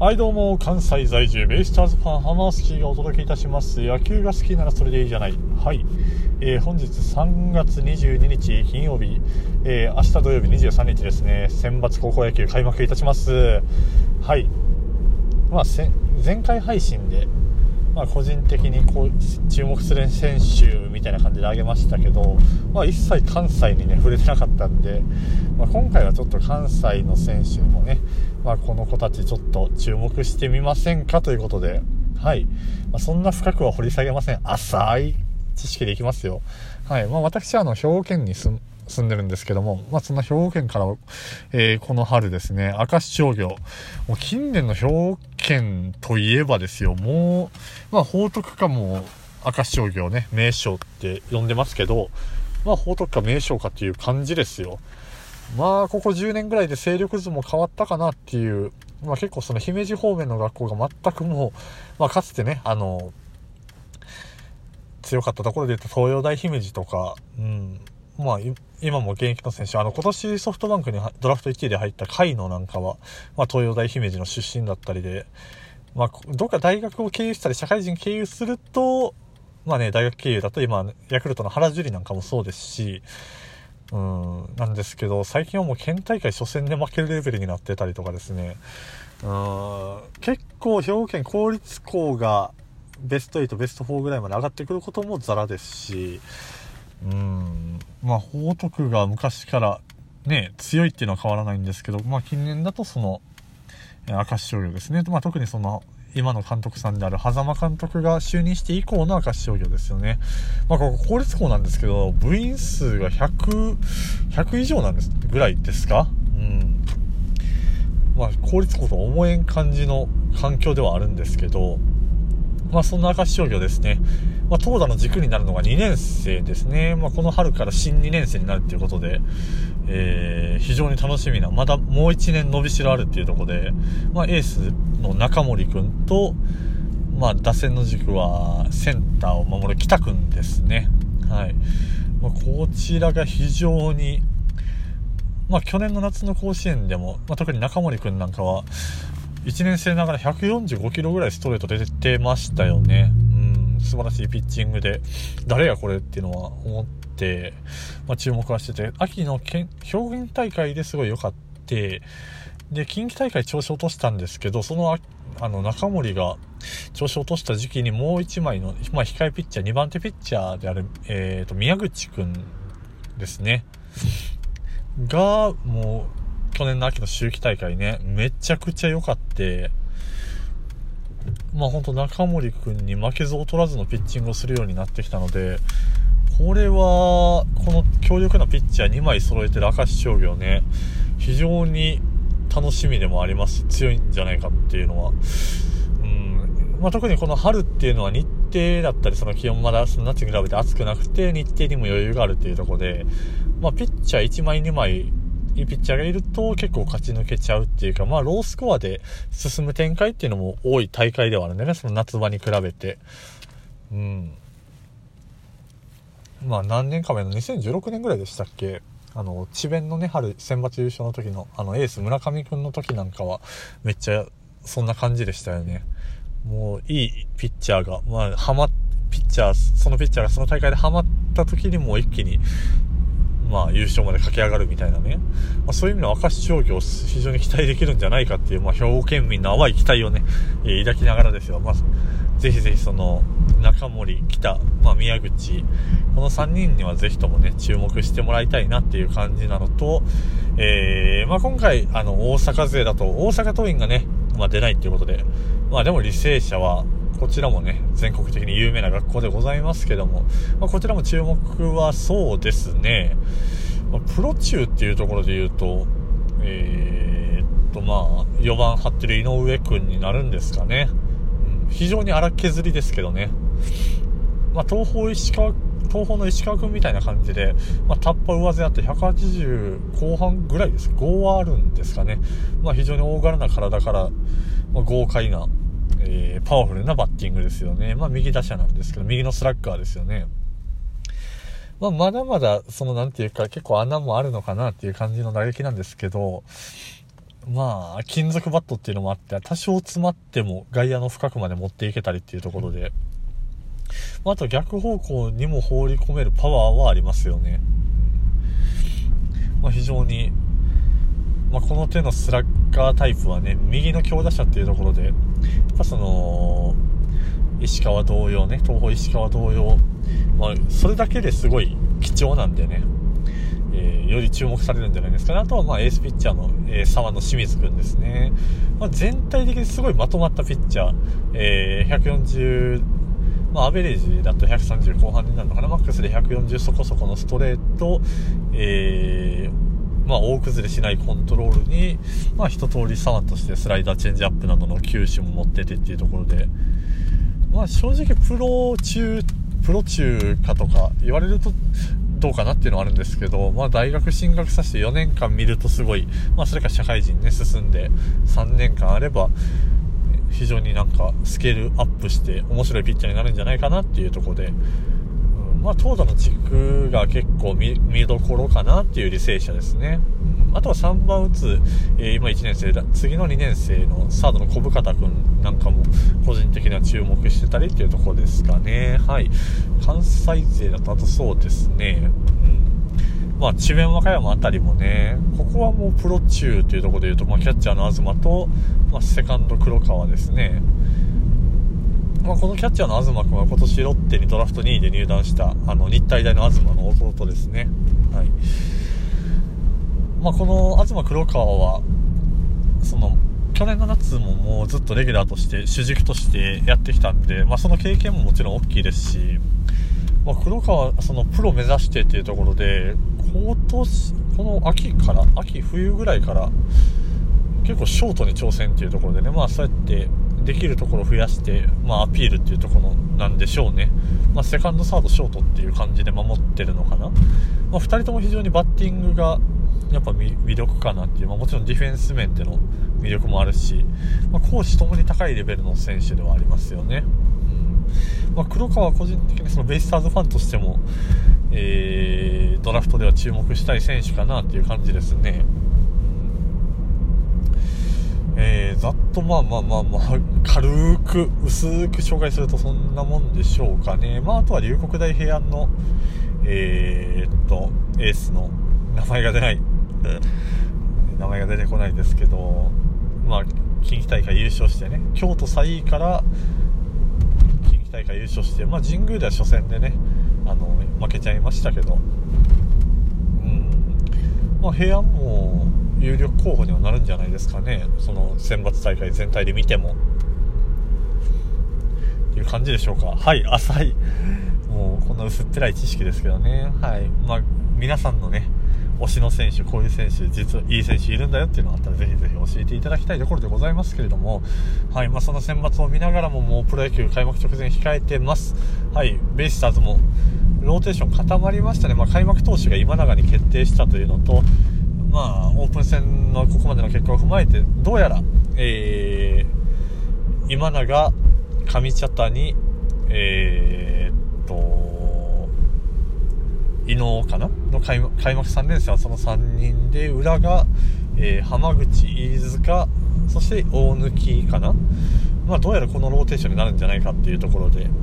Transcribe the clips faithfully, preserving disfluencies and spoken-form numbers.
はいどうも、関西在住ベイスターズファンハマースキーがお届けいたします。野球が好きならそれでいいじゃない。はい、えー、本日さんがつにじゅうににち金曜日、えー、明日土曜日にじゅうさんにちですね、選抜高校野球開幕いたします。はい、まあ、前回配信で、まあ、個人的にこう注目する選手みたいな感じで挙げましたけど、まあ、一切関西にね触れてなかったんで、まあ、今回はちょっと関西の選手にもね、まあ、この子たちちょっと注目してみませんかということで、はい、まあ、そんな深くは掘り下げません。浅い知識でいきますよ。はい、まあ、私はあの兵庫県に住住んでるんですけども、まあ、そんな兵庫県から、えー、この春ですね、明石商業、もう近年の兵庫県といえばですよ、もう、まあ、報徳かも明石商業ね、名将って呼んでますけど、まあ、報徳か名将かっていう感じですよ。まあ、ここじゅうねんぐらいで勢力図も変わったかなっていう、まあ、結構その姫路方面の学校が全くもう、まあ、かつてね、あの、強かったところで言うと東洋大姫路とか、うん、まあ、今も現役の選手、あの、今年ソフトバンクにドラフトいちいで入った甲斐野なんかは、まあ、東洋大姫路の出身だったりで、まあ、どっか大学を経由したり、社会人経由すると、まあね、大学経由だと今、ヤクルトの原樹里なんかもそうですし、うん、なんですけど、最近はもう県大会初戦で負けるレベルになってたりとかですね、うん、結構兵庫県公立校がベストはち、ベストよんぐらいまで上がってくることもザラですし、うん、まあ報徳が昔からね強いっていうのは変わらないんですけど、まあ近年だとその明石商業ですね、まあ特にその今の監督さんである狭間監督が就任して以降の明石商業ですよね。まあここ公立校なんですけど、部員数がひゃく、ひゃく以上なんですぐらいですか。うん。まあ公立校とは思えん感じの環境ではあるんですけど、まあそんな明石商業ですね。まあ投打の軸になるのがにねん生ですね。まあこの春から新にねん生になるっていうことで、えー、非常に楽しみな、まだもういちねん伸びしろあるっていうところで、まあエースの中森くんと、まあ打線の軸はセンターを守る北くんですね。はい。まあ、こちらが非常に、まあ去年の夏の甲子園でも、まあ特に中森くんなんかは、いちねん生ながらひゃくよんじゅうごキロぐらいストレート出てましたよね。うん、素晴らしいピッチングで、誰やこれっていうのは思って、まあ、注目はしてて、秋の県兵庫県大会ですごい良かった。で、近畿大会調子落としたんですけど、その、あの、中森が調子落とした時期にもう一枚の、まあ、控えピッチャー、にばん手ピッチャーである、えーと、宮口くんですね。が、もう、去年の秋の秋季大会ね、めちゃくちゃ良かった。まあ本当中森くんに負けず劣らずのピッチングをするようになってきたので、これはこの強力なピッチャーにまい揃えてる明石商業ね、非常に楽しみでもあります。強いんじゃないかっていうのは、うん、まあ特にこの春っていうのは日程だったり、その気温まだその夏に比べて暑くなくて日程にも余裕があるっていうところで、まあピッチャーいちまいにまいいいピッチャーがいると結構勝ち抜けちゃうっていうか、まあロースコアで進む展開っていうのも多い大会ではあるんでね、その夏場に比べて、うん、まあ何年か前のにせんじゅうろくねんぐらいでしたっけ、あの智弁のね春選抜優勝の時のあのエース村上くんの時なんかはめっちゃそんな感じでしたよね。もういいピッチャーが、まあハマピッチャーそのピッチャーがその大会でハマった時にもう一気にまあ優勝まで駆け上がるみたいなね、まあ、そういう意味の明石商業非常に期待できるんじゃないかっていう、まあ、兵庫県民の淡い期待をね、えー、抱きながらですよ、まあ、ぜひぜひその中森、北、まあ、宮口、このさんにんにはぜひともね注目してもらいたいなっていう感じなのと、えーまあ、今回あの大阪勢だと大阪桐蔭がね、まあ、出ないっていうことで、まあでも履正社はこちらもね全国的に有名な学校でございますけども、まあ、こちらも注目はそうですね、まあ、プロ中っていうところで言うとえー、っとまあよばん張ってる井上くんになるんですかね、うん、非常に荒削りですけどね、まあ、東邦石川東邦の石川くんみたいな感じで、まあ、タッパ上背あってひゃくはちじゅうこう半ぐらいです。ごはあるんですかね。まあ、非常に大柄な体から、まあ、豪快なえー、パワフルなバッティングですよね。まあ右打者なんですけど、右のスラッガーですよね。まあまだまだそのなんていうか結構穴もあるのかなっていう感じの打撃なんですけど、 まあ金属バットっていうのもあって多少詰まっても外野の深くまで持っていけたりっていうところで、あと逆方向にも放り込めるパワーはありますよね。まあ、非常に、まあ、この手のスラッガータイプはね、右の強打者っていうところでやっぱその石川同様ね、東邦石川同様、まあ、それだけですごい貴重なんでね、えー、より注目されるんじゃないですかね。あとはまあエースピッチャーの、えー、沢野清水くんですね。まあ、全体的にすごいまとまったピッチャー、えー、ひゃくよんじゅう、まあ、アベレージだとひゃくさんじゅう後半になるのかな、マックスでひゃくよんじゅうそこそこのストレート、えー、まあ大崩れしないコントロールに、まあ一通り左腕としてスライダー、チェンジアップなどの球種も持っててっていうところで、まあ正直プロ中プロ中かとか言われるとどうかなっていうのはあるんですけど、まあ大学進学させてよねんかん見るとすごい、まあそれから社会人ね進んでさんねんかんあれば非常になんかスケールアップして面白いピッチャーになるんじゃないかなっていうところで、うん、まあ投打の軸が結構 見, 見どころかなっていう履正社ですね。うん、あとはさんばん打つ、えー、今いちねん生だ、次のにねん生のサードの小深田君なんかも個人的には注目してたりっていうところですかね。はい。関西勢だとあとそうですね。うん、まあ智弁和歌山あたりもね、ここはもうプロ中というところでいうと、まあキャッチャーの東と、まあ、セカンド黒川ですね。まあ、このキャッチャーの東君は今年ロッテにドラフトにいで入団したあの日体大の東の弟ですね。はい。まあ、この東黒川はその去年の夏ももうずっとレギュラーとして主軸としてやってきたんで、まあ、その経験ももちろん大きいですし、まあ、黒川はそのプロ目指してっていうところで今年この秋から秋冬ぐらいから結構ショートに挑戦っていうところでね、まあそうやってできるところを増やして、まあアピールっていうところなんでしょうね。まあセカンドサードショートっていう感じで守ってるのかな。まあふたりとも非常にバッティングがやっぱ魅力かなっていう、まあもちろんディフェンス面での魅力もあるし、まあ攻守ともに高いレベルの選手ではありますよね。うん。まあ黒川は個人的にそのベイスターズファンとしても、えー、ドラフトでは注目したい選手かなっていう感じですね。えー、ざっとまあまあまあまあ軽く薄く紹介するとそんなもんでしょうかね。まああとは龍谷大平安のえー、っとエースの名前が出ない名前が出てこないですけど、まあ近畿大会優勝してね、京都さんいから近畿大会優勝して、まあ神宮では初戦でねあの負けちゃいましたけど、うん、まあ平安も有力候補にはなるんじゃないですかね。その選抜大会全体で見てもっていう感じでしょうか。はい、浅いもうこんな薄っぺらい知識ですけどね。はい、まあ皆さんのね推しの選手、こういう選手実はいい選手いるんだよっていうのがあったらぜひぜひ教えていただきたいところでございますけれども、はい、まあその選抜を見ながらももうプロ野球開幕直前控えてます。はい、ベイスターズもローテーション固まりましたね。まあ開幕投手が今永に決定したというのと、まあオープン戦のここまでの結果を踏まえてどうやら、えー、今永、上茶谷、えー、っと伊能かなの開幕、開幕さんねん生はそのさんにんで、裏が、えー、浜口、飯塚、そして大貫かな。まあどうやらこのローテーションになるんじゃないかっていうところで、うん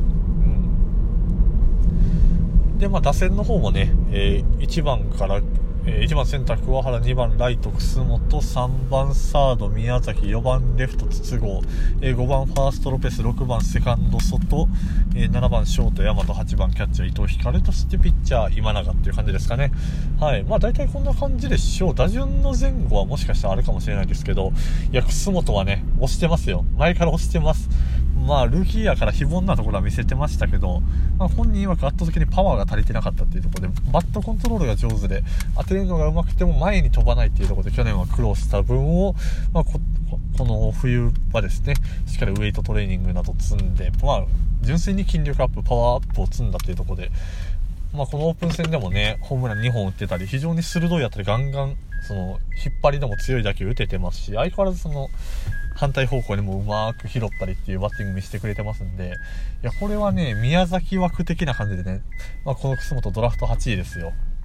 、でまあ打線の方もね、えー、いちばんからいちばんセンター桑原、にばんライト楠本、さんばんサード宮崎、よばんレフト筒香、ごばんファーストロペス、ろくばんセカンド外、ななばんショート大和、はちばんキャッチャー伊藤光、そしてピッチャー今永っていう感じですかね。はい、まあ大体こんな感じでしょう。打順の前後はもしかしたらあるかもしれないですけど、いや楠本はね押してますよ。前から押してます。まあルーキーイヤーから非凡なところは見せてましたけど、まあ、本人曰く圧倒的にパワーが足りてなかったっていうところで、バットコントロールが上手で当てるのが上手くても前に飛ばないっていうところで去年は苦労した分を、まあ、こ, この冬はですねしっかりウェイトトレーニングなど積んで、まあ、純粋に筋力アップ、パワーアップを積んだっていうところで、まあ、このオープン戦でもねホームランにほん打ってたり非常に鋭い当たりガンガンその引っ張りでも強い打球打ててますし、相変わらずその反対方向にもうまく拾ったりっていうバッティング見せてくれてますんで、いやこれはね宮崎枠的な感じでね、まあ、この楠本ドラフトはちいですよ。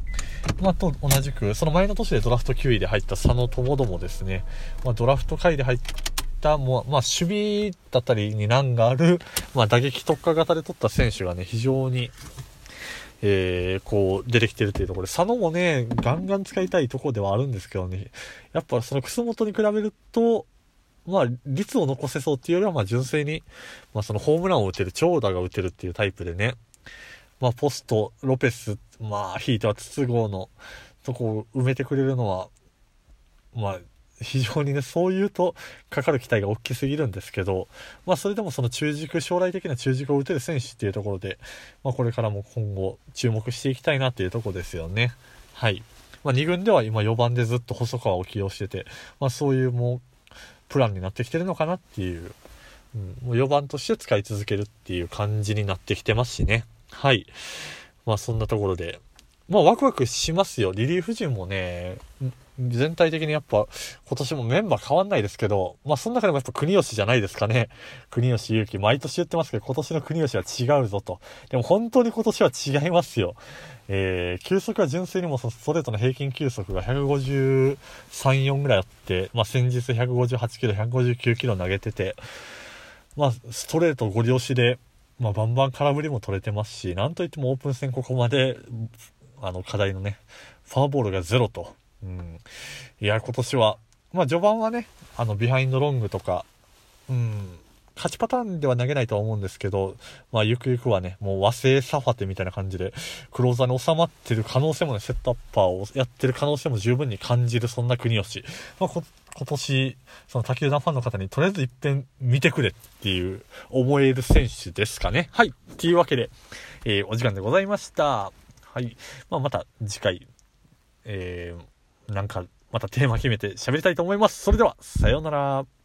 まあ、と同じくその前の年でドラフトきゅういで入った佐野友どもですね、まあ、ドラフト会で入ったもう、まあ、守備だったりに難がある、まあ、打撃特化型で取った選手がね非常にえー、こう出てきてるというところで、佐野もねガンガン使いたいところではあるんですけどね、やっぱその楠本に比べるとまあ率を残せそうっていうよりはまあ純粋に、まあ、そのホームランを打てる長打が打てるっていうタイプでね、まあポストロペス、まあひいては筒香のとこを埋めてくれるのはまあ非常にね、そう言うとかかる期待が大きすぎるんですけど、まあそれでもその中軸、将来的な中軸を打てる選手っていうところで、まあこれからも今後注目していきたいなっていうところですよね。はい。まあに軍では今よばんでずっと細川を起用してて、まあそういうもうプランになってきてるのかなっていう、うん、もうよばんとして使い続けるっていう感じになってきてますしね。はい。まあそんなところで、まあワクワクしますよ。リリーフ陣もね、全体的にやっぱ今年もメンバー変わんないですけど、まあその中でもやっぱ国吉じゃないですかね。国吉勇輝、毎年言ってますけど今年の国吉は違うぞと。でも本当に今年は違いますよ。えー、球速は純粋にもそのストレートの平均球速がひゃくごじゅうさん、よんぐらいあって、まあ先日ひゃくごじゅうはちキロ、ひゃくごじゅうきゅうキロ投げてて、まあストレートご利用しで、まあバンバン空振りも取れてますし、なんといってもオープン戦ここまで、あの課題のね、フォアボールがゼロと。うん、いや今年はまあ序盤はねあのビハインドロングとか、うん、勝ちパターンでは投げないとは思うんですけど、まあゆくゆくはねもう和製サファテみたいな感じでクローザーに収まってる可能性もね、セットアッパーをやってる可能性も十分に感じる、そんな国吉、まあ、こ今年その他球団ファンの方にとりあえず一遍見てくれっていう思える選手ですかね。はい、というわけで、えー、お時間でございました。はい、まあ、また次回えーなんかまたテーマ決めて喋りたいと思います。それではさようなら。